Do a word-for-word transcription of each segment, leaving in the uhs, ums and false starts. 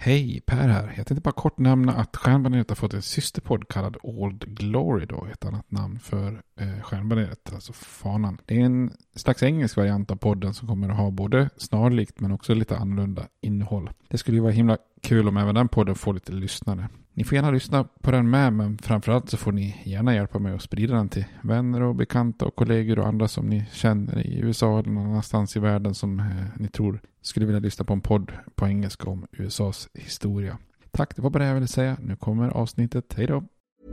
Hej, Per här. Jag tänkte bara kort nämna att Stjärnbaneret har fått en systerpodd kallad Old Glory då, ett annat namn för eh, Stjärnbaneret, alltså fanan. Det är en slags engelsk variant av podden som kommer att ha både snarlikt men också lite annorlunda innehåll. Det skulle ju vara himla kul om även den podden får lite lyssnare. Ni får gärna lyssna på den med, men framförallt så får ni gärna hjälpa mig att sprida den till vänner och bekanta och kollegor och andra som ni känner i U S A eller någon annanstans i världen som eh, ni tror skulle vilja lyssna på en podd på engelska om U S A:s historia. Tack, det var bara det jag ville säga. Nu kommer avsnittet. Hej då!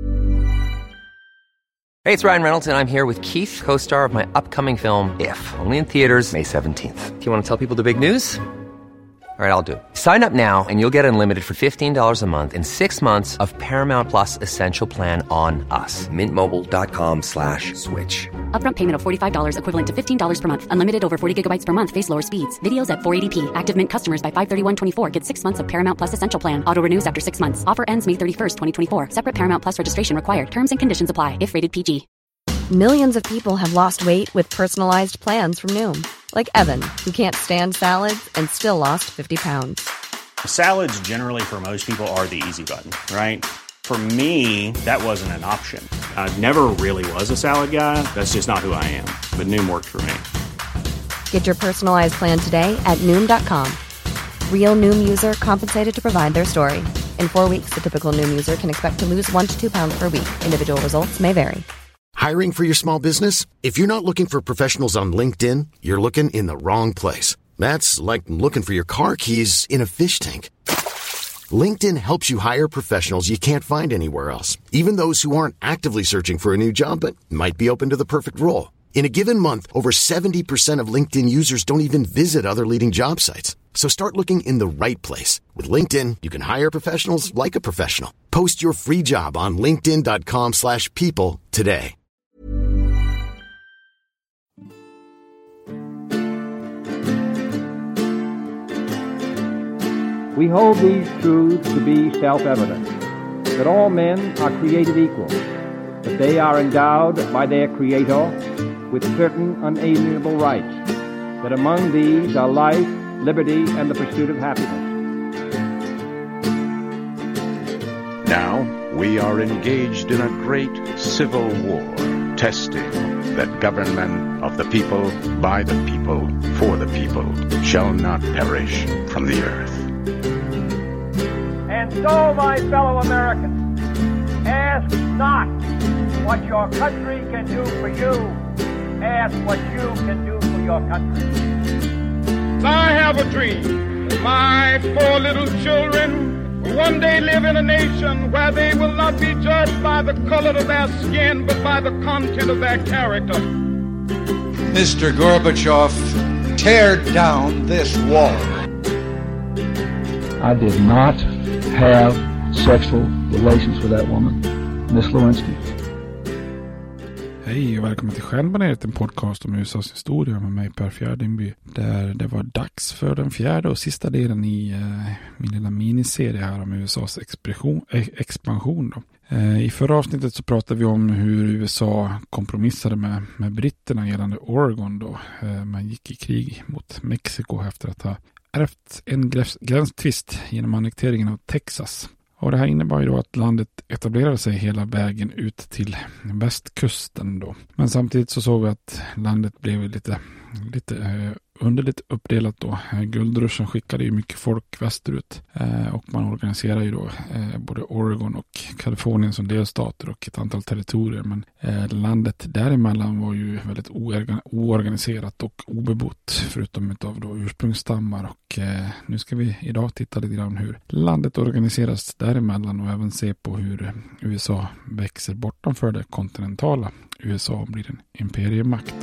Hey, it's Ryan Reynolds and I'm here with Keith, co-star of my upcoming film, If, only in theaters May seventeenth. Do you want to tell people the big news? All right, I'll do it. Sign up now and you'll get unlimited for fifteen dollars a month and six months of Paramount Plus Essential Plan on us. Mint Mobile dot com slash switch. Upfront payment of forty-five dollars equivalent to fifteen dollars per month. Unlimited over forty gigabytes per month. Face lower speeds. Videos at four eighty p. Active Mint customers by five thirty-one twenty-four get six months of Paramount Plus Essential Plan. Auto renews after six months. Offer ends May thirty-first, twenty twenty-four. Separate Paramount Plus registration required. Terms and conditions apply if rated P G. Millions of people have lost weight with personalized plans from Noom. Like Evan, who can't stand salads and still lost fifty pounds. Salads generally for most people are the easy button, right? For me, that wasn't an option. I never really was a salad guy. That's just not who I am. But Noom worked for me. Get your personalized plan today at Noom dot com. Real Noom user compensated to provide their story. In four weeks, the typical Noom user can expect to lose one to two pounds per week. Individual results may vary. Hiring for your small business? If you're not looking for professionals on LinkedIn, you're looking in the wrong place. That's like looking for your car keys in a fish tank. LinkedIn helps you hire professionals you can't find anywhere else, even those who aren't actively searching for a new job but might be open to the perfect role. In a given month, over seventy percent of LinkedIn users don't even visit other leading job sites. So start looking in the right place. With LinkedIn, you can hire professionals like a professional. Post your free job on linkedin dot com slash people today. We hold these truths to be self-evident, that all men are created equal, that they are endowed by their Creator with certain unalienable rights, that among these are life, liberty, and the pursuit of happiness. Now we are engaged in a great civil war, testing that government of the people, by the people, for the people, shall not perish from the earth. And so, my fellow Americans, ask not what your country can do for you. Ask what you can do for your country. I have a dream that my four little children will one day live in a nation where they will not be judged by the color of their skin, but by the content of their character. Mister Gorbachev, tear down this wall. I did not have sexual relations with that woman, Miss Lewinsky. Hej och välkommen till Stjärnbaneret, en podcast om U S A:s historia med mig Per Fjärdingby. Där det var dags för den fjärde och sista delen i eh, min lilla miniserie här om U S A:s eh, expansion. Då. Eh, I förra avsnittet så pratade vi om hur U S A kompromissade med, med britterna gällande Oregon då. Eh, man gick i krig mot Mexiko efter att ha ärvt en gräns, gränstvist genom annekteringen av Texas. Och det här innebar ju då att landet etablerade sig hela vägen ut till västkusten då. Men samtidigt så såg vi att landet blev lite, lite eh, underligt uppdelat då. Guldruschen skickade ju mycket folk västerut eh, och man organiserade ju då eh, både Oregon och Kalifornien som delstater och ett antal territorier. Men eh, landet däremellan var ju väldigt oorgan- oorganiserat och obebott förutom utav då ursprungsstammar. Och eh, nu ska vi idag titta lite grann hur landet organiseras däremellan och även se på hur U S A växer bortanför det kontinentala U S A och blir en imperiemakt.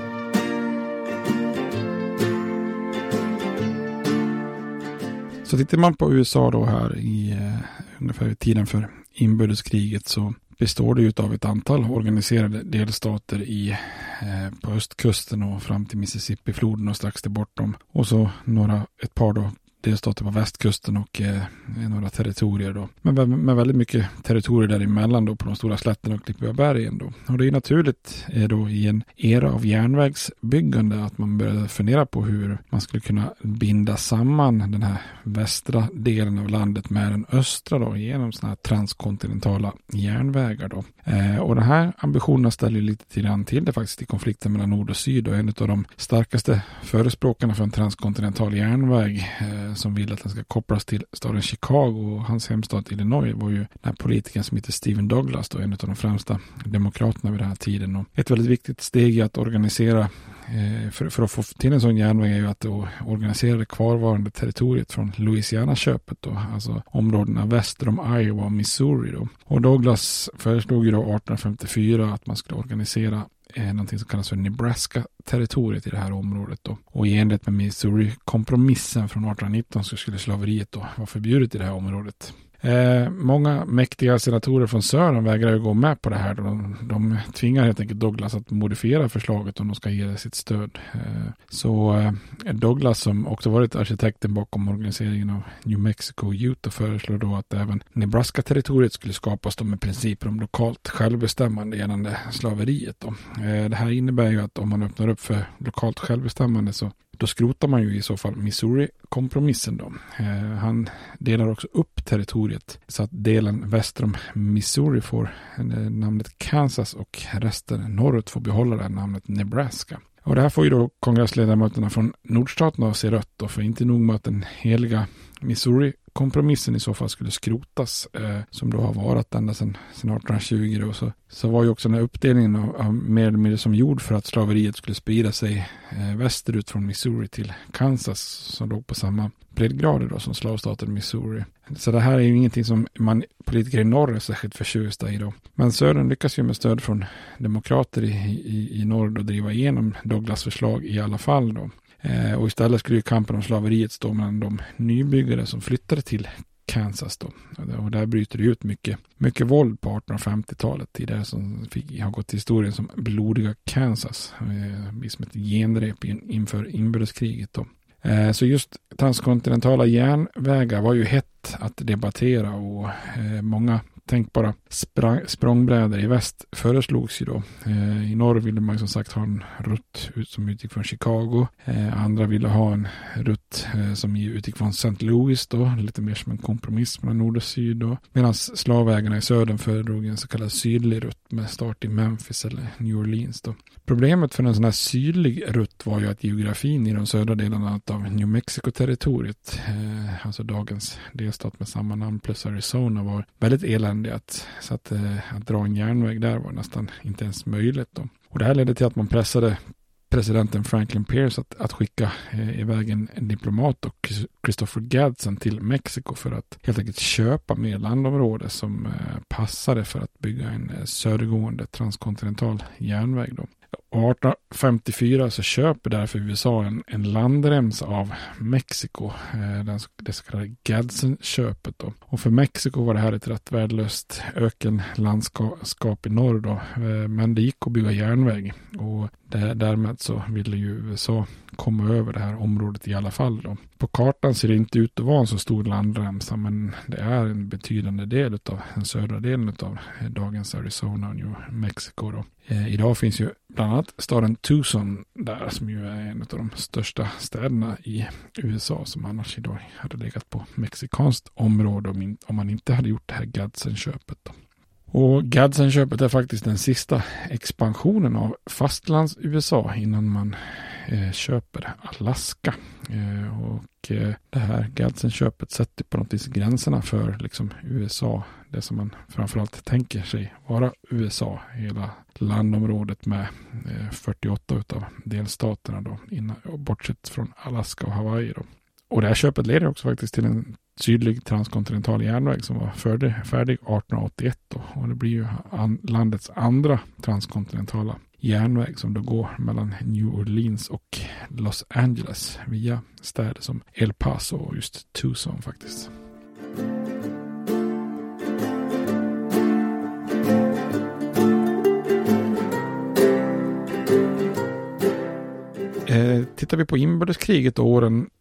Så tittar man på U S A då här i eh, ungefär tiden för inbördeskriget så består det ju av ett antal organiserade delstater i, eh, på östkusten och fram till Mississippi-floden och strax där bortom. Och så några, ett par då delstater på västkusten och eh, några territorier då. Men med väldigt mycket territorier däremellan då på de stora slätterna och Klippigabergen då. Och det är naturligt eh, då i en era av järnvägsbyggande att man började fundera på hur man skulle kunna binda samman den här västra delen av landet med den östra då genom sådana här transkontinentala järnvägar då. Eh, och den här ambitionen ställer lite till grann till det faktiskt i konflikten mellan nord och syd, och en av de starkaste förespråkarna för en transkontinental järnväg eh, som vill att den ska kopplas till staden Chicago och hans hemstad Illinois var ju den här politikern som heter Stephen Douglas då, en av de främsta demokraterna vid den här tiden. Och ett väldigt viktigt steg i att organisera eh, för, för att få till en sån järnväg är ju att då organisera det kvarvarande territoriet från Louisiana-köpet då, alltså områdena väster om Iowa och Missouri då. Och Douglas föreslog ju då arton femtiofyra att man skulle organisera eh, någonting som kallas för Nebraska-territoriet i det här området då. Och i enlighet med Missouri-kompromissen från arton nitton så skulle slaveriet då vara förbjudet i det här området. Eh, många mäktiga senatorer från södern vägrar ju gå med på det här. De, de tvingar helt enkelt Douglas att modifiera förslaget om de ska ge det sitt stöd. Eh, så eh, Douglas, som också varit arkitekten bakom organiseringen av New Mexico och Utah, föreslår då att även Nebraska-territoriet skulle skapas då med principer om lokalt självbestämmande gällande slaveriet då. Eh, det här innebär ju att om man öppnar upp för lokalt självbestämmande så då skrotar man ju i så fall Missouri-kompromissen då. Eh, han delar också upp territoriet så att delen väster om Missouri får eh, namnet Kansas och resten norrut får behålla det här namnet Nebraska. Och det här får ju då kongressledamöterna från nordstaterna att se rött då, för inte nog med att den heliga Missouri-kompromissen i så fall skulle skrotas eh, som då har varit ända sedan, sedan arton tjugo då, så, så var ju också den här uppdelningen av, av mer eller mindre som gjord för att slaveriet skulle sprida sig eh, västerut från Missouri till Kansas som låg på samma breddgrader då som slavstaten Missouri. Så det här är ju ingenting som man politiker i norr är särskilt förtjusta i då. Men södern lyckas ju med stöd från demokrater i, i, i norr då driva igenom Douglas förslag i alla fall då. Eh, och istället skulle ju kampen om slaveriet stå mellan de nybyggare som flyttade till Kansas då. Och där bryter det ut mycket, mycket våld på arton femtiotalet i det som fick, har gått till historien som blodiga Kansas. Eh, som ett genrep in, inför inbördeskriget då. Eh, så just transkontinentala järnvägar var ju hett att debattera och eh, många tänkbara spra- språngbrädor i väst föreslogs ju då. Eh, I norr ville man som sagt ha en rutt ut som utgick från Chicago. Eh, andra ville ha en rutt eh, som utgick från Saint Louis då, lite mer som en kompromiss mellan nord och syd då. Medan slavägarna i södern föredrog en så kallad sydlig rutt med start i Memphis eller New Orleans då. Problemet för en sån här sydlig rutt var ju att geografin i de södra delarna av New Mexico-territoriet, eh, alltså dagens delstat med samma namn plus Arizona, var väldigt eländig att, så att, eh, att dra en järnväg där var nästan inte ens möjligt då. Och det här ledde till att man pressade presidenten Franklin Pierce att, att skicka eh, iväg en, en diplomat och Christopher Gadsden till Mexiko för att helt enkelt köpa mer landområde som eh, passade för att bygga en eh, södergående transkontinental järnväg då. arton femtiofyra så köper därför U S A en, en landremsa av Mexiko, eh, den, det så kallade Gadsden-köpet då. Och för Mexiko var det här ett rätt värdelöst ökenlandskap i norr då, eh, men det gick att bygga järnväg och det, därmed så ville ju U S A komma över det här området i alla fall då. På kartan ser det inte ut att vara en så stor landremsa, men det är en betydande del av den södra delen av dagens Arizona och New Mexico då. Eh, idag finns ju bland annat staden Tucson där, som ju är en av de största städerna i U S A, som annars idag hade legat på mexikanskt område om, in, om man inte hade gjort det här Gadsden-köpet då. Och Gadsden-köpet är faktiskt den sista expansionen av fastlands-U S A innan man eh, köper Alaska. Eh, och eh, det här Gadsden-köpet sätter på något vis gränserna för liksom, U S A. Det som man framförallt tänker sig vara U S A. Hela landområdet med eh, fyrtioåtta utav delstaterna då, innan, bortsett från Alaska och Hawaii då. Och det här köpet leder också faktiskt till en sydlig transkontinental järnväg som var färdig, färdig arton åttioett då. Och det blir ju an, landets andra transkontinentala järnväg som då går mellan New Orleans och Los Angeles via städer som El Paso och just Tucson faktiskt. Eh, tittar vi på inbördeskriget och åren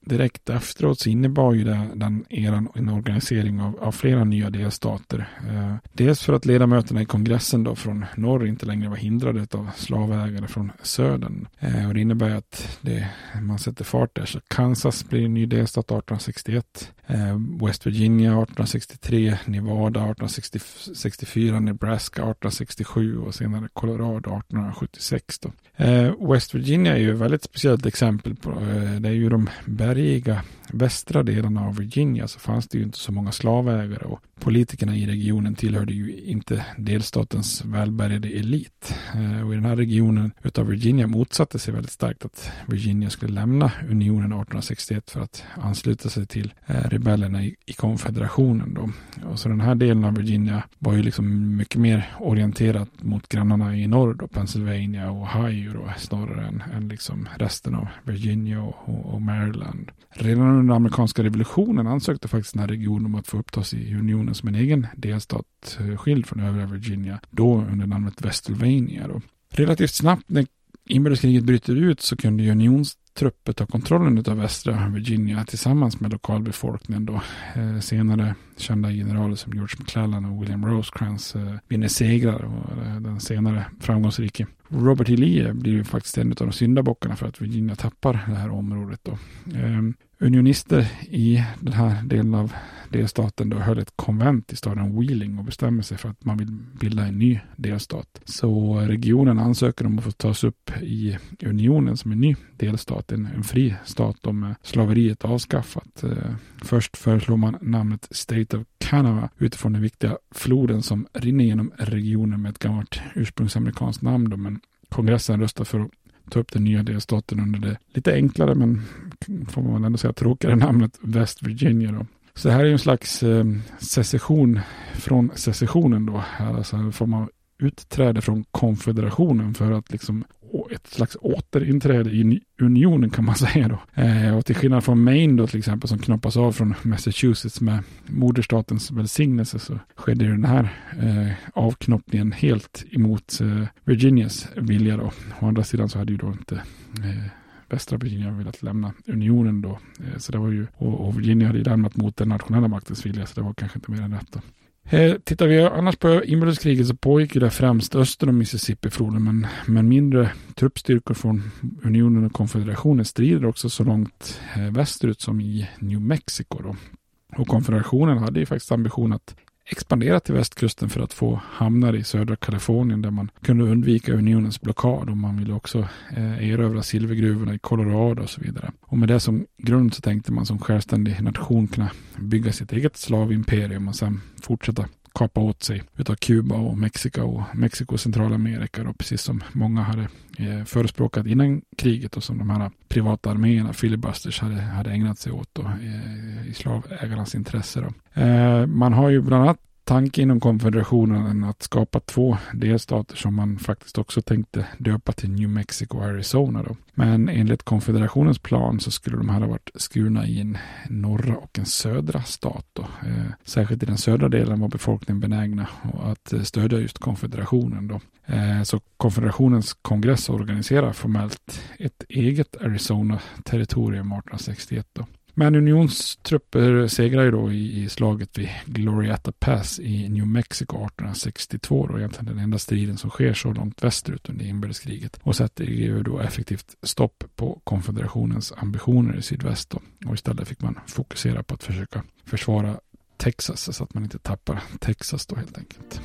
direkt efteråt så innebar ju det, den eran en organisering av, av flera nya delstater. Eh, dels för att ledamöterna i kongressen då från norr inte längre var hindrade av slavägare från södern. Eh, och det innebär att det, man sätter fart där. Så Kansas blir en ny delstat arton sextioett. Eh, West Virginia arton sextiotre, Nevada arton sextiofyra, Nebraska arton sextiosju och senare Colorado arton sjuttiosex då. Eh, West Virginia är ju ett väldigt speciellt exempel på, eh, det är ju de bergiga västra delarna av Virginia, så fanns det ju inte så många slavägare och politikerna i regionen tillhörde ju inte delstatens välbärgade elit. Eh, och i den här regionen utav Virginia motsatte sig väldigt starkt att Virginia skulle lämna unionen arton sextioett för att ansluta sig till eh, rebellerna i, i konfederationen då. Och så den här delen av Virginia var ju liksom mycket mer orienterat mot grannarna i norr då, Pennsylvania och Ohio då, snarare än, än liksom resten av Virginia och, och, och Maryland. Redan under den amerikanska revolutionen ansökte faktiskt den här regionen om att få upptas i unionen som en egen delstat skild från övriga Virginia, då under namnet Westsylvania då. Relativt snabbt när inbördeskriget bryter ut så kunde ju unionstrupper ta kontrollen av västra Virginia tillsammans med lokalbefolkningen då. Eh, senare kända generaler som George McClellan och William Rosecrans eh, vinner segrar och eh, den senare framgångsrike Robert E. Lee blir ju faktiskt en av de syndabockarna för att Virginia tappar det här området då. Eh, unionister i den här delen av delstaten då höll ett konvent i staden Wheeling och bestämmer sig för att man vill bilda en ny delstat. Så regionen ansöker om att få tas upp i unionen som en ny delstat, en, en fri stat om eh, slaveriet avskaffat. Eh, först föreslår man namnet State of Canada utifrån den viktiga floden som rinner genom regionen med ett gammalt ursprungsamerikanskt namn då, men kongressen röstar för att ta upp den nya delstaten under det lite enklare men får man ändå säga tråkigare namnet West Virginia då. Så det här är ju en slags eh, secession från secessionen då. Alltså får man utträde från konfederationen för att liksom ett slags återinträde i unionen kan man säga då. Eh, och till skillnad från Maine då till exempel som knoppas av från Massachusetts med moderstatens välsignelse så skedde den här eh, avknoppningen helt emot eh, Virginias vilja då. Å andra sidan så hade ju då inte eh, västra Virginia velat lämna unionen då. Eh, så det var ju, och, och Virginia hade ju lämnat mot den nationella maktens vilja så det var kanske inte mer än rätt då. Eh, tittar vi annars på inbördeskriget så pågick ju det främst öster om Mississippi-floden men, men mindre truppstyrkor från unionen och konfederationen strider också så långt eh, västerut som i New Mexico då. Och konfederationen hade ju faktiskt ambition att expandera till västkusten för att få hamnar i södra Kalifornien där man kunde undvika unionens blockad och man ville också eh, erövra silvergruvorna i Colorado och så vidare. Och med det som grund så tänkte man som självständig nation kunna bygga sitt eget slavimperium och sen fortsätta kapa åt sig utav Kuba och Mexiko och Mexiko och Centralamerika då, precis som många hade eh, förespråkat innan kriget och som de här privata arméerna, filibusters, hade, hade ägnat sig åt då, eh, i slavägarnas intresse då. Eh, man har ju bland annat tanke inom konfederationen att skapa två delstater som man faktiskt också tänkte döpa till New Mexico och Arizona då. Men enligt konfederationens plan så skulle de här ha varit skurna i en norra och en södra stat då. Eh, särskilt i den södra delen var befolkningen benägna att stödja just konfederationen då. Eh, så konfederationens kongress organiserar formellt ett eget Arizona-territorium arton sextioett då. Men unionstrupper segrar ju då i, i slaget vid Glorieta Pass i New Mexico arton sextiotvå då, egentligen den enda striden som sker så långt västerut under inbördeskriget och sätter ju då effektivt stopp på konfederationens ambitioner i sydväst då. Och istället fick man fokusera på att försöka försvara Texas så att man inte tappar Texas då helt enkelt.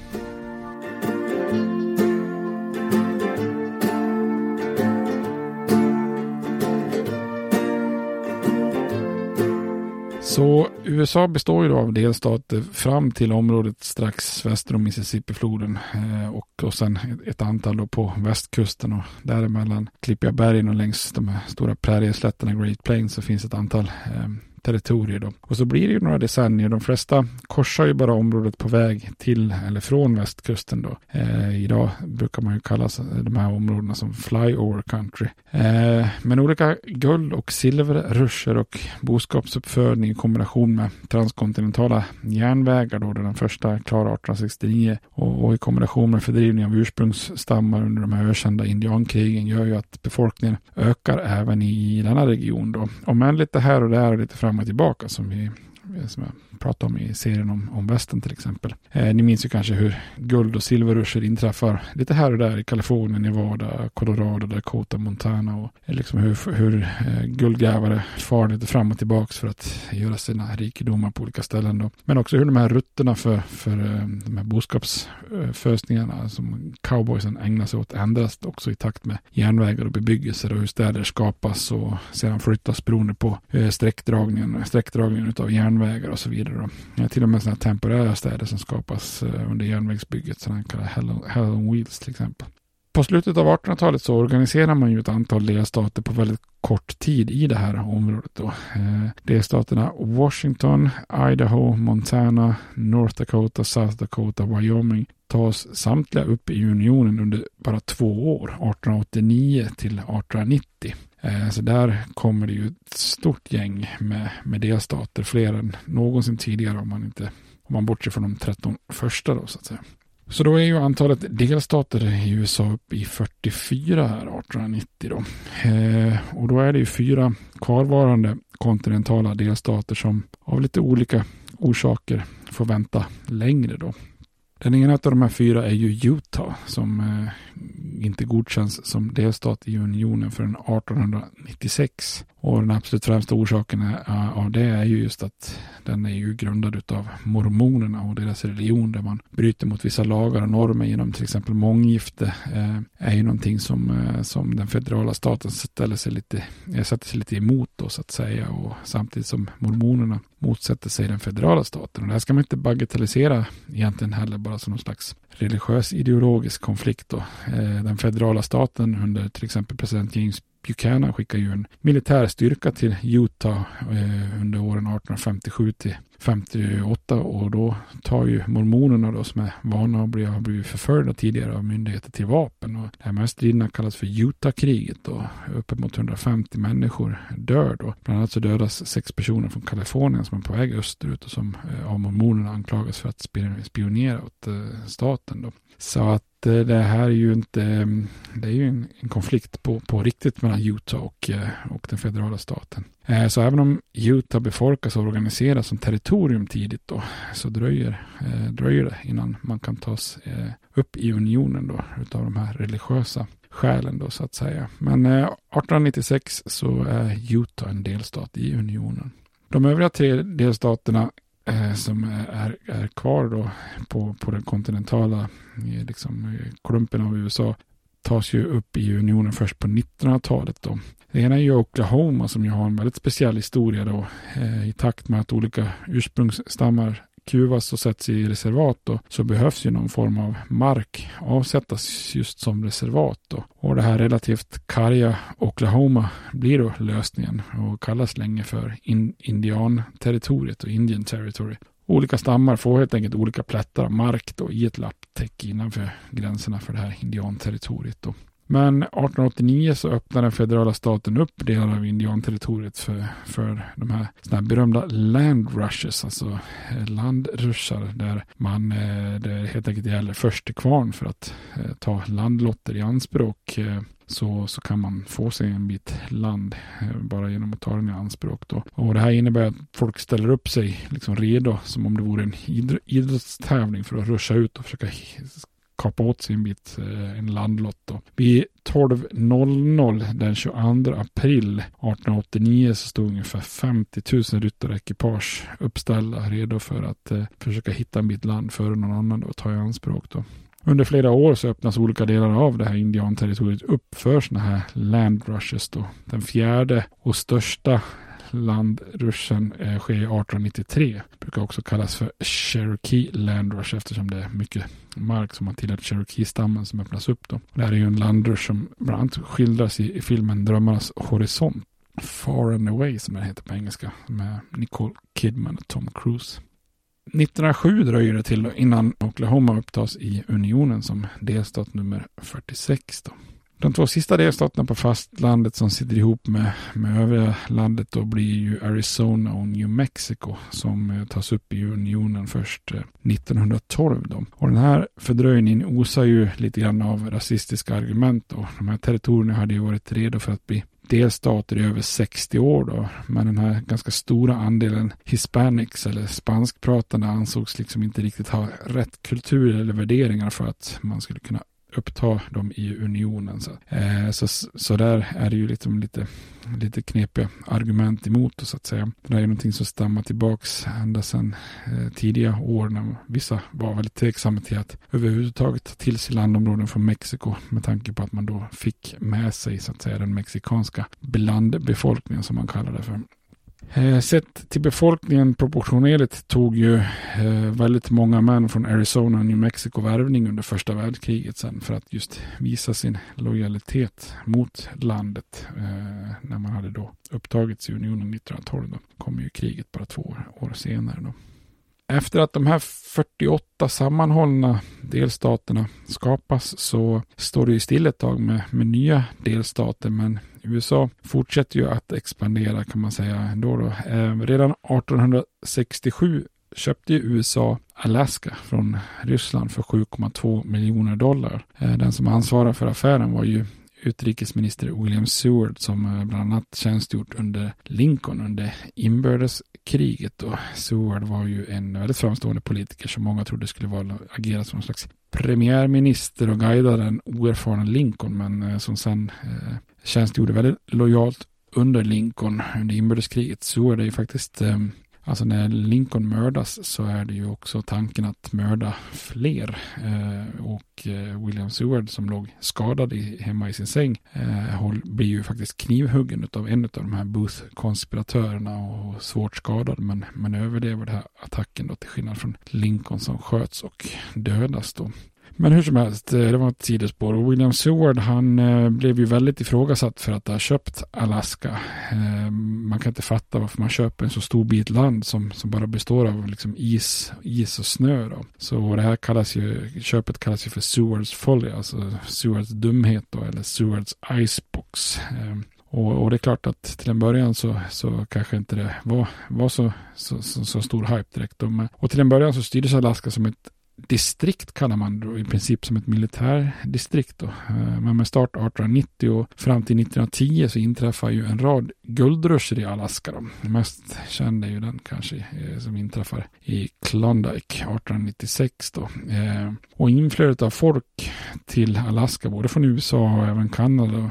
Så U S A består ju då av delstater fram till området strax väster om Mississippi-floden eh, och, och sen ett, ett antal då på västkusten och däremellan klippiga bergen och längs de här stora prärrieslätterna Great Plains så finns ett antal eh, territorier då. Och så blir det ju några decennier. De flesta korsar ju bara området på väg till eller från västkusten då. Eh, idag brukar man ju kalla de här områdena som flyover country. Eh, men olika guld- och silverruscher och boskapsuppfödning i kombination med transkontinentala järnvägar då, där den första klar arton sextionio och, och i kombination med fördrivning av ursprungsstammar under de här ökända indiankrigen gör ju att befolkningen ökar även i denna region då. Och men lite här och där och lite fram och tillbaka som vi som jag pratade om i serien om, om västern till exempel. Eh, ni minns ju kanske hur guld- och silverruscher inträffar lite här och där i Kalifornien, Nevada, Colorado, Dakota, Montana och liksom hur, hur eh, guldgrävare far lite fram och tillbaks för att göra sina rikedomar på olika ställen då. Men också hur de här rutterna för, för eh, de här boskapsfösningarna som cowboysen ägnar sig åt ändras också i takt med järnvägar och bebyggelser och hur städer skapas och sedan flyttas beroende på eh, sträckdragningen, sträckdragningen utav järnvägar och så vidare. Ja, till och med sådana temporära städer som skapas uh, under järnvägsbygget, sådana kallade Hell, Hell on Wheels till exempel. På slutet av artonhundratalet så organiserar man ju ett antal delstater på väldigt kort tid i det här området då. Eh, delstaterna Washington, Idaho, Montana, North Dakota, South Dakota, Wyoming tas samtliga upp i unionen under bara två år, arton åttionio till arton nittio. Eh, så där kommer det ju ett stort gäng med, med delstater, fler än någonsin tidigare om man inte om man bortser från de tretton första då så att säga. Så då är ju antalet delstater i U S A upp i fyrtiofyra här arton nittio då. Eh, och då är det ju fyra kvarvarande kontinentala delstater som av lite olika orsaker får vänta längre då. Den ena av de här fyra är ju Utah som eh, inte godkänns som delstat i unionen förrän arton nittiosex. Och den absolut främsta orsaken är, av det är ju just att den är ju grundad utav mormonerna och deras religion där man bryter mot vissa lagar och normer genom till exempel månggifte eh, är ju någonting som, eh, som den federala staten ställer sig lite, sätter sig lite emot då, så att säga, och samtidigt som mormonerna motsätter sig den federala staten. Och det här ska man inte bagatellisera egentligen heller bara som någon slags religiös ideologisk konflikt då. Eh, den federala staten under till exempel president James Buchanan skickar ju en militär styrka till Utah eh, under åren arton femtiosju till femtioåtta och då tar ju mormonerna då som är vana att bli, har blivit förföljda tidigare av myndigheter till vapen och det här med striderna kallas för Utah-kriget och uppemot hundrafemtio människor dör då. Bland annat så dödas sex personer från Kalifornien som är på väg österut och som eh, av mormonerna anklagas för att spionera åt eh, staten då. Så att det här är ju inte, det är ju en, en konflikt på, på riktigt mellan Utah och, och den federala staten. Så även om Utah befolkas och organiseras som territorium tidigt då, så dröjer, dröjer det innan man kan tas upp i unionen då utav de här religiösa skälen då så att säga. Men arton nittiosex så är Utah en delstat i unionen. De övriga tre delstaterna Eh, som är, är kvar då på, på den kontinentala eh, liksom, klumpen av U S A tas ju upp i unionen först på nittonhundratalet då. Det ena är ju Oklahoma som ju har en väldigt speciell historia då eh, i takt med att olika ursprungsstammar kuvas och sätts i reservat då, så behövs ju någon form av mark avsättas just som reservat då. Och det här relativt karga Oklahoma blir då lösningen och kallas länge för in- indianterritoriet och Indian Territory. Olika stammar får helt enkelt olika plättar av mark då i ett lapptäcke innanför gränserna för det här indianterritoriet då. Men arton åttionio så öppnar den federala staten upp delar av indianterritoriet för, för de här, såna här berömda land rushes, alltså landrushar där man det helt enkelt gäller först till kvarn för att eh, ta landlotter i anspråk. Eh, så, så kan man få sig en bit land eh, bara genom att ta den i anspråk då. Och det här innebär att folk ställer upp sig liksom redo som om det vore en idr- idrottstävling för att ruscha ut och försöka kapa åt sin bit eh, en landlott då. Vid tolv noll noll den tjugoandra april arton åttionio så stod ungefär femtio tusen ryttarekipage uppställda redo för att eh, försöka hitta en bit land före någon annan då, och ta i anspråk då. Under flera år så öppnas olika delar av det här indianterritoriet upp för såna här land rushes då. Den fjärde och största landruschen eh, sker arton nittiotre. Brukar också kallas för Cherokee Land Rush eftersom det är mycket mark som har tillhört Cherokee-stammen som öppnas upp då. Det här är ju en landrush som bland annat skildras i, i filmen Drömmarnas horisont. Far and Away som den heter på engelska, med Nicole Kidman och Tom Cruise. nittonhundrasju dröjer det till innan Oklahoma upptas i unionen som delstat nummer fyrtiosex då. De två sista delstaterna på fastlandet som sitter ihop med, med övriga landet då blir ju Arizona och New Mexico som eh, tas upp i unionen först eh, nittonhundratolv då. Och den här fördröjningen osar ju lite grann av rasistiska argument och de här territorierna hade ju varit redo för att bli delstater i över sextio år då. Men den här ganska stora andelen hispanics eller spanskpratarna ansågs liksom inte riktigt ha rätt kultur eller värderingar för att man skulle kunna uppta dem i unionen. Så, eh, så, så där är det ju liksom lite, lite knepiga argument emot så att säga. Det är ju någonting som stammar tillbaks ända sedan eh, tidiga år när vissa var väldigt tveksamma till att överhuvudtaget ta till sig landområden från Mexiko med tanke på att man då fick med sig så att säga den mexikanska blandbefolkningen som man kallar det för. Eh, sett till befolkningen proportionerligt tog ju eh, väldigt många män från Arizona och New Mexico värvning under första världskriget sen för att just visa sin lojalitet mot landet eh, när man hade då upptagits i unionen nittonhundratolv. Då kom ju kriget bara två år, år senare då. Efter att de här fyrtioåtta sammanhållna delstaterna skapas så står det ju still ett tag med, med nya delstater, men U S A fortsätter ju att expandera kan man säga ändå då. Eh, redan artonhundrasextiosju köpte ju U S A Alaska från Ryssland för sju komma två miljoner dollar. Eh, den som ansvarar för affären var ju utrikesminister William Seward som bland annat tjänstgjort under Lincoln under inbördeskriget. Och Seward var ju en väldigt framstående politiker som många trodde skulle vara agera som en slags premiärminister och guida den oerfarna Lincoln, men som sen eh, tjänstgjorde väldigt lojalt under Lincoln under inbördeskriget. Seward är ju faktiskt eh, alltså när Lincoln mördas så är det ju också tanken att mörda fler eh, och eh, William Seward som låg skadad i, hemma i sin säng eh, blir ju faktiskt knivhuggen av en av de här Booth-konspiratörerna och svårt skadad, men, men överlever den här attacken då, till skillnad från Lincoln som sköts och dödas då. Men hur som helst, det var ett sidospår. Och William Seward, han eh, blev ju väldigt ifrågasatt för att ha köpt Alaska. Eh, man kan inte fatta varför man köper en så stor bit land som, som bara består av liksom is, is och snö då. Så det här kallas ju, köpet kallas ju för Sewards folly, alltså Sewards dumhet då, eller Sewards icebox. Eh, Och, och det är klart att till en början så, så kanske inte det var, var så, så, så, så stor hype direkt. Då. Och till en början så styrdes Alaska som ett distrikt kallar man då, i princip som ett militärdistrikt då. Men med start artonhundranittio och fram till nittonhundratio så inträffar ju en rad guldruscher i Alaska då. Mest känd är ju den kanske som inträffar i Klondike artonhundranittiosex då. Och inflödet av folk till Alaska både från U S A och även Kanada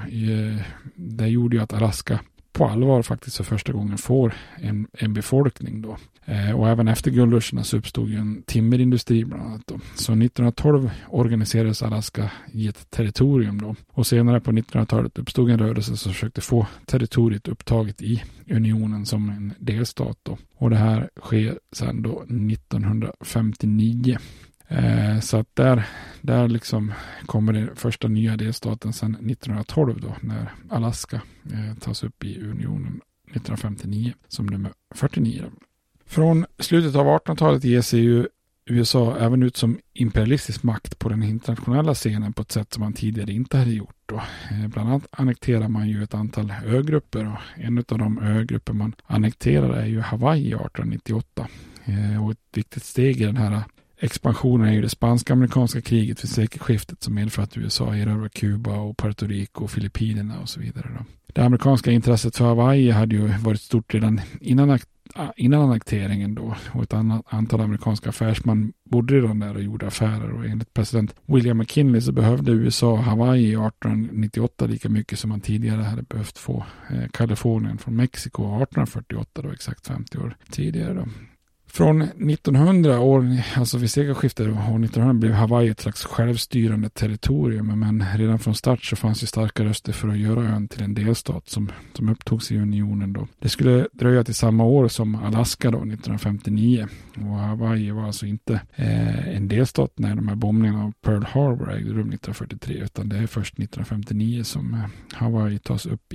det gjorde ju att Alaska på allvar faktiskt för första gången får en, en befolkning då. Eh, och även efter guldruscherna så uppstod ju en timmerindustri bland annat då. Så nittonhundratolv organiserades Alaska i ett territorium då. Och senare på nittonhundratalet uppstod en rörelse som försökte få territoriet upptaget i unionen som en delstat då. Och det här sker sedan då nittonhundrafemtionio. Eh, så att där, där liksom kommer det första nya delstaten sedan nittonhundratolv då, när Alaska eh, tas upp i unionen nittonhundrafemtionio som nummer fyrtionio. Från slutet av artonhundratalet ger sig ju U S A även ut som imperialistisk makt på den internationella scenen på ett sätt som man tidigare inte hade gjort då. Eh, bland annat annekterar man ju ett antal ögrupper och en av de ögrupper man annekterar är ju Hawaii artonhundranittioåtta. Eh, och ett viktigt steg i den här expansionen är ju det spansk-amerikanska kriget vid sekelskiftet som medför att U S A erövrar Kuba och Puerto Rico och Filippinerna och så vidare då. Det amerikanska intresset för Hawaii hade ju varit stort redan innan, innan annekteringen då, och ett annat antal amerikanska affärsmän bodde redan där och gjorde affärer, och enligt president William McKinley så behövde U S A Hawaii artonhundranittioåtta lika mycket som man tidigare hade behövt få eh, Kalifornien från Mexiko artonhundrafyrtioåtta då, exakt femtio år tidigare då. Från nittonhundra år, alltså vid sekelskiftet år nittonhundra, blev Hawaii ett slags självstyrande territorium, men redan från start så fanns ju starka röster för att göra ön till en delstat som, som upptogs i unionen då. Det skulle dröja till samma år som Alaska då, nittonhundrafemtionio, och Hawaii var alltså inte eh, en delstat när de här bombningarna av Pearl Harbor ägde rum nittonhundrafyrtiotre, utan det är först nittonhundrafemtionio som eh, Hawaii tas upp i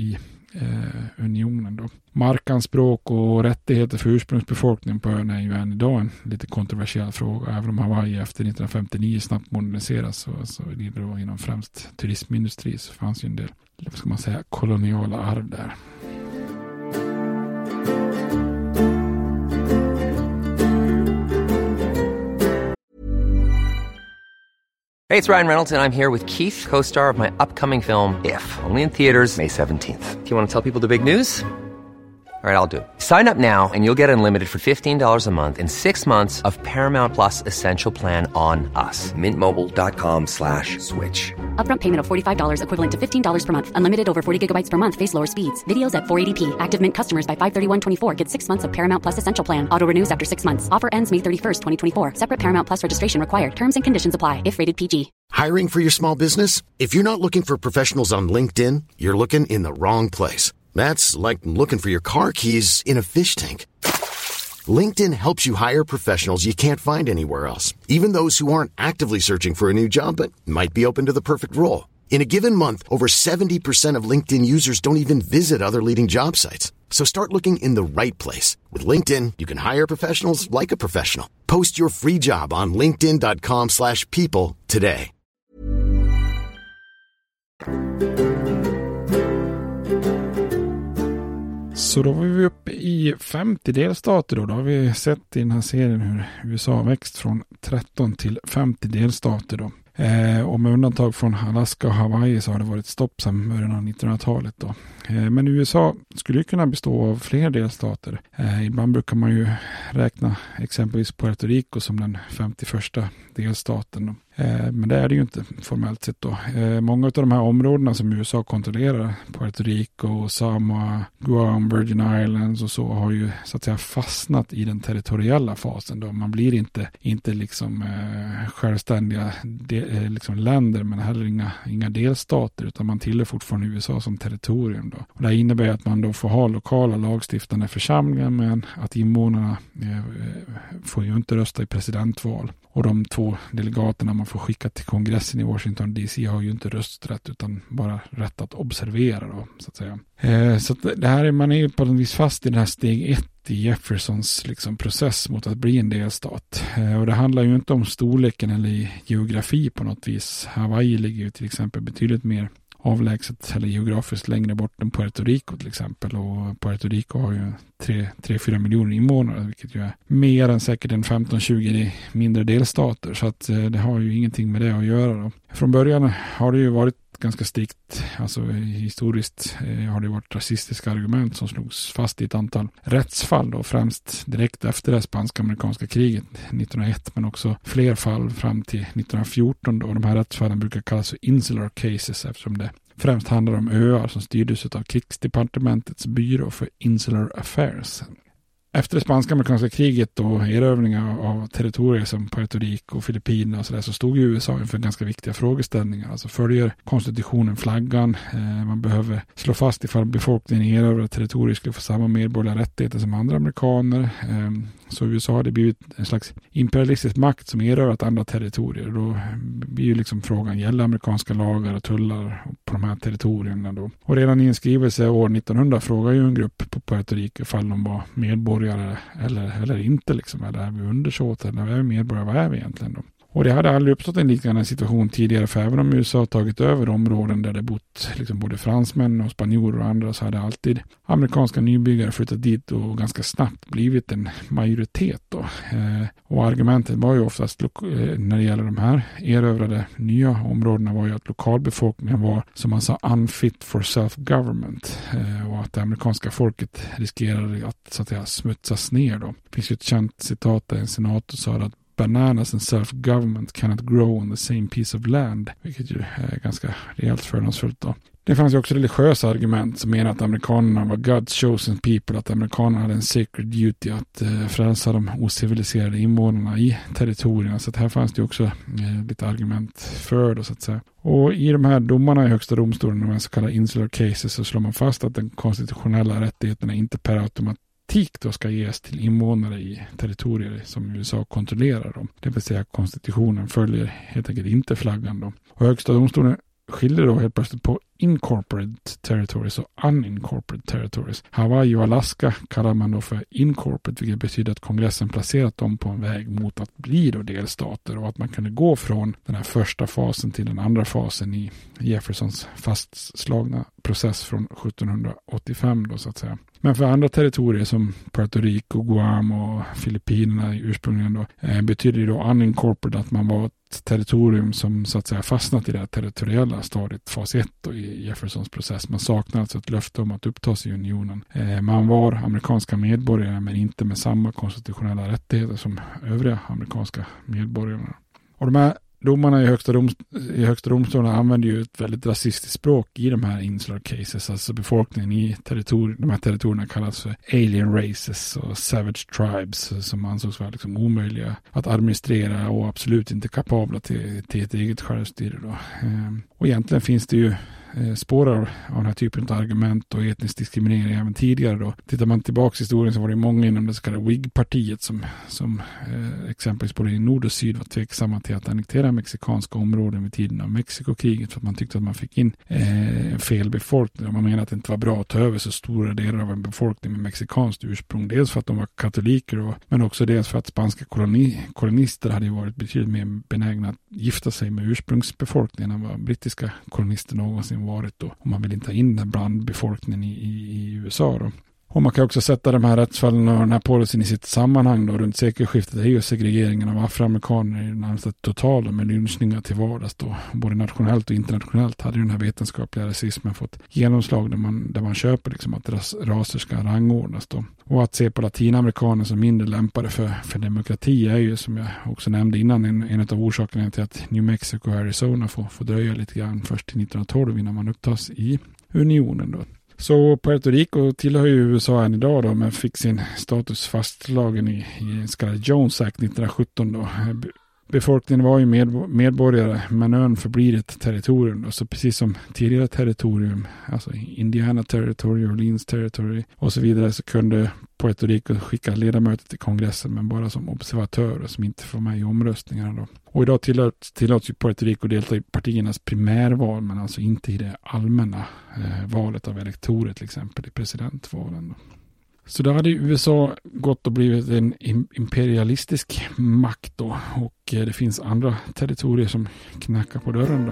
eh, unionen då. Markanspråk och rättigheter för ursprungsbefolkningen på ön är ju än idag en lite kontroversiell fråga. Även om Hawaii efter nittonhundrafemtionio snabbt moderniseras så, så är det då inom främst turismindustri så fanns ju en del, vad ska man säga, koloniala arv där. Hey, it's Ryan Reynolds, and I'm here with Keith, co-star of my upcoming film, If, only in theaters May seventeenth. Do you want to tell people the big news? All right, I'll do it. Sign up now and you'll get unlimited for fifteen dollars a month and six months of Paramount Plus Essential Plan on us. Mint Mobile dot com slash switch. Upfront payment of forty-five dollars equivalent to fifteen dollars per month. Unlimited over forty gigabytes per month. Face lower speeds. Videos at four eighty p. Active Mint customers by five thirty-one twenty-four get six months of Paramount Plus Essential Plan. Auto renews after six months. Offer ends May thirty-first, twenty twenty-four. Separate Paramount Plus registration required. Terms and conditions apply if rated P G. Hiring for your small business? If you're not looking for professionals on LinkedIn, you're looking in the wrong place. That's like looking for your car keys in a fish tank. LinkedIn helps you hire professionals you can't find anywhere else, even those who aren't actively searching for a new job but might be open to the perfect role. In a given month, over seventy percent of LinkedIn users don't even visit other leading job sites. So start looking in the right place. With LinkedIn, you can hire professionals like a professional. Post your free job on linkedin dot com slash people today. Så då var vi uppe i femtio delstater då. Då har vi sett i den här serien hur U S A har växt från tretton till femtio delstater då. Eh, och med undantag från Alaska och Hawaii så har det varit stopp sedan början av nittonhundratalet då. Eh, men U S A skulle ju kunna bestå av fler delstater. Eh, ibland brukar man ju räkna exempelvis Puerto Rico som den femtioförsta delstaten då. Eh, men det är det ju inte formellt sett då. Eh, många av de här områdena som U S A kontrollerar, Puerto Rico, Samoa, Guam, Virgin Islands och så, har ju så att säga fastnat i den territoriella fasen då. Man blir inte, inte liksom eh, självständiga de, eh, liksom länder men heller inga, inga delstater utan man tillhör fortfarande U S A som territorium då. Och det innebär att man då får ha lokala lagstiftande församlingar men att invånarna eh, får ju inte rösta i presidentval. Och de två delegaterna man får skicka till kongressen i Washington D C har ju inte rösträtt utan bara rätt att observera då, så att säga. Eh, så att det här är, man är ju på något vis fast i det här steg ett i Jeffersons liksom process mot att bli en delstat. Eh, och det handlar ju inte om storleken eller geografi på något vis. Hawaii ligger ju till exempel betydligt mer avlägset eller geografiskt längre bort än Puerto Rico till exempel. Och Puerto Rico har ju tre till fyra miljoner invånare vilket ju är mer än säkert en femton tjugo mindre delstater. Så att eh, det har ju ingenting med det att göra då. Från början har det ju varit ganska strikt, alltså historiskt eh, har det varit rasistiska argument som slogs fast i ett antal rättsfall då, främst direkt efter det spanska-amerikanska kriget nittonhundraett men också fler fall fram till nittonhundrafjorton då. De här rättsfallen brukar kallas för insular cases eftersom det främst handlar om öar som styrdes av krigsdepartementets byrå för insular affairs. Efter det spanska-amerikanska kriget och erövringar av territorier som Puerto Rico och Filippinerna och så där, så stod ju U S A inför ganska viktiga frågeställningar. Alltså följer konstitutionen flaggan? Eh, man behöver slå fast ifall befolkningen i erövrade territorier skulle få samma medborgerliga rättigheter som andra amerikaner. Eh, så U S A hade blivit en slags imperialistisk makt som erövrat andra territorier. Då blir ju liksom frågan, gäller amerikanska lagar och tullar på de här territorierna då? Och redan i en skrivelse år nittonhundra frågar ju en grupp på Puerto Rico ifall de var medborgare eller, eller inte liksom, eller är vi undersåt eller är vi medborgare, vad är vi egentligen då? Och det hade aldrig uppstått en liknande situation tidigare, för även om U S A tagit över områden där det bott liksom både fransmän och spanjorer och andra, så hade alltid amerikanska nybyggare flyttat dit och ganska snabbt blivit en majoritet då. Eh, och argumentet var ju oftast eh, när det gäller de här erövrade nya områdena var ju att lokalbefolkningen var, som man sa, unfit for self-government eh, och att det amerikanska folket riskerade att, så att säga, smutsas ner då. Det finns ju ett känt citat där en senator sa att bananas and self-government cannot grow on the same piece of land, vilket ju är ganska rejält fördomsfullt då. Det fanns ju också religiösa argument som menar att amerikanerna var God's chosen people, att amerikanerna hade en sacred duty att eh, frälsa de ociviliserade invånarna i territorierna. Så att här fanns det också eh, lite argument för det, så att säga. Och i de här domarna i högsta domstolen, de här så kallade insular cases, så slår man fast att den konstitutionella rättigheterna inte per automatik då ska ges till invånare i territorier som U S A kontrollerar dem. Det vill säga konstitutionen följer helt enkelt inte flaggan då. Och högsta domstolen skiljer då helt plötsligt på incorporated territories och unincorporated territories. Hawaii och Alaska kallar man då för incorporated, vilket betyder att kongressen placerat dem på en väg mot att bli då delstater och att man kunde gå från den här första fasen till den andra fasen i Jeffersons fastslagna process från sjuttonhundraåttiofem då så att säga. Men för andra territorier som Puerto Rico, Guam och Filippinerna ursprungligen då eh, betyder det då unincorporated att man var ett territorium som så att säga fastnat i det här territoriella stadiet fas ett då, i Jeffersons process. Man saknar alltså ett löfte om att upptas i unionen. Eh, man var amerikanska medborgare men inte med samma konstitutionella rättigheter som övriga amerikanska medborgare. Och de här domarna i högsta, dom, i högsta domstolen använder ju ett väldigt rasistiskt språk i de här insular cases. Alltså befolkningen i territori- de här territorierna kallas för alien races och savage tribes som ansågs vara liksom omöjliga att administrera och absolut inte kapabla till, till ett eget självstyre. Då. Ehm, och egentligen finns det ju spår av den här typen av argument och etnisk diskriminering även tidigare då. Tittar man tillbaka i historien så var det många inom det så kallade Whig-partiet som, som eh, exempelvis både i nord och syd var tveksamma till att annektera mexikanska områden vid tiden av Mexikokriget för att man tyckte att man fick in eh, fel befolkning och man menade att det inte var bra att ta över så stora delar av en befolkning med mexikanskt ursprung. Dels för att de var katoliker och, men också dels för att spanska koloni, kolonister hade varit betydligt mer benägna att gifta sig med ursprungsbefolkningen än vad brittiska kolonister någonsin varit då. Och man vill inte ha in den bland befolkningen i, i, i U S A då. Och man kan också sätta de här rättsfallen och den här policyn i sitt sammanhang då. Runt sekelskiftet är ju segregeringen av afroamerikaner i närmast total med lynchningar till vardags då. Både nationellt och internationellt hade den här vetenskapliga rasismen fått genomslag där man, där man köper liksom att ras, raser ska rangordnas då. Och att se på latinamerikaner som mindre lämpade för, för demokrati är ju som jag också nämnde innan en, en av orsakerna till att New Mexico och Arizona får, får dröja lite grann först till nittonhundratolv innan man upptas i unionen då. Så Puerto Rico tillhör ju U S A än idag då, men fick sin status fastslagen i, i så kallad Jones Act nittonhundrasjutton då. Befolkningen var ju med, medborgare, men ön förblir ett territorium då. Så precis som tidigare territorium, alltså Indiana Territory, Orleans Territory och så vidare, så kunde Puerto Rico skicka ledamöter till kongressen men bara som observatörer som inte får med i omröstningarna då. Och idag tillåts, tillåts ju Puerto Rico delta i partiernas primärval men alltså inte i det allmänna eh, valet av elektorer till exempel i presidentvalen då. Så där hade U S A gått och blivit en imperialistisk makt då och det finns andra territorier som knackar på dörren då.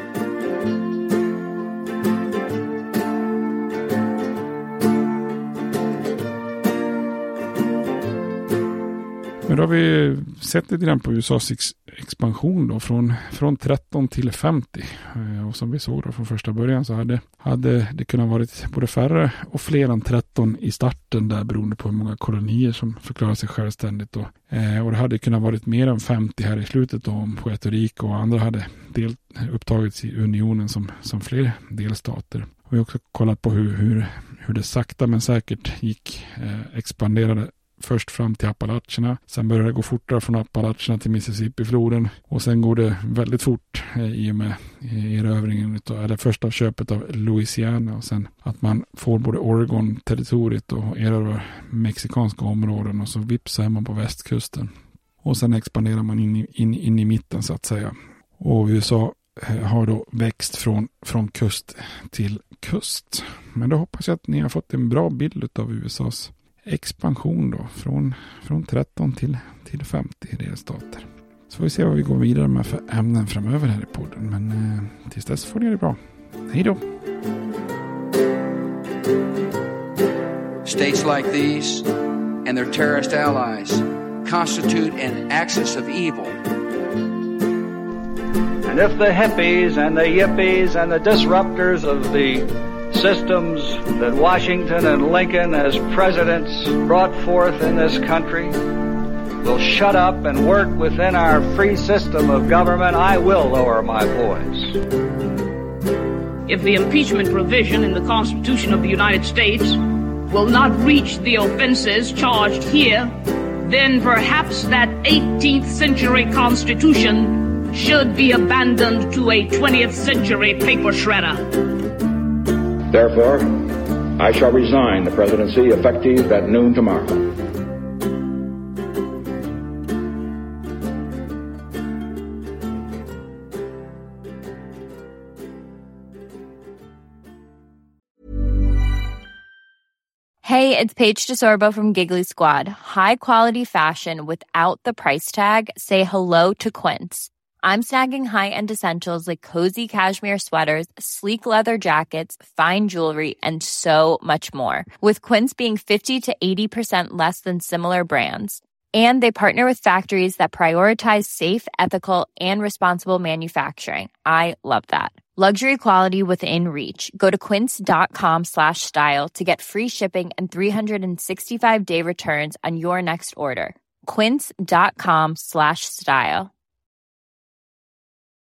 Men då har vi sett lite grann på U S A:s ex- expansion då från, från tretton till femtio. Och som vi såg då från första början så hade, hade det kunnat varit både färre och fler än tretton i starten där beroende på hur många kolonier som förklarar sig självständigt då. Eh, och det hade kunnat varit mer än femtio här i slutet då om Puerto Rico och andra hade del, upptagits i unionen som, som fler delstater. Och vi har också kollat på hur, hur, hur det sakta men säkert gick eh, expanderade först fram till Appalacherna. Sen börjar det gå fortare från Appalacherna till Mississippi-floden. Och sen går det väldigt fort eh, i och med erövringen utav, eller första köpet av Louisiana. Och sen att man får både Oregon-territoriet och erövrar mexikanska områden. Och så vips är man på västkusten. Och sen expanderar man in i, in, in i mitten så att säga. Och U S A eh, har då växt från, från kust till kust. Men då hoppas jag att ni har fått en bra bild av U S A:s expansion då från, från tretton till, till femtio delstater. Så får vi se vad vi går vidare med för ämnen framöver här i podden. Men eh, tills dess får ni det bra. Hej då! States like these and their terrorist allies constitute an axis of evil. And if the hippies and the yippies and the disruptors of the systems that Washington and Lincoln as presidents brought forth in this country will shut up and work within our free system of government, I will lower my voice. If the impeachment provision in the Constitution of the United States will not reach the offenses charged here, then perhaps that eighteenth century Constitution should be abandoned to a twentieth century paper shredder. Therefore, I shall resign the presidency effective at noon tomorrow. Hey, it's Paige DeSorbo from Giggly Squad. High quality fashion without the price tag. Say hello to Quince. I'm snagging high-end essentials like cozy cashmere sweaters, sleek leather jackets, fine jewelry, and so much more. With Quince being fifty to eighty percent less than similar brands. And they partner with factories that prioritize safe, ethical, and responsible manufacturing. I love that. Luxury quality within reach. Go to quince.com slash style to get free shipping and three sixty-five day returns on your next order. Quince.com slash style.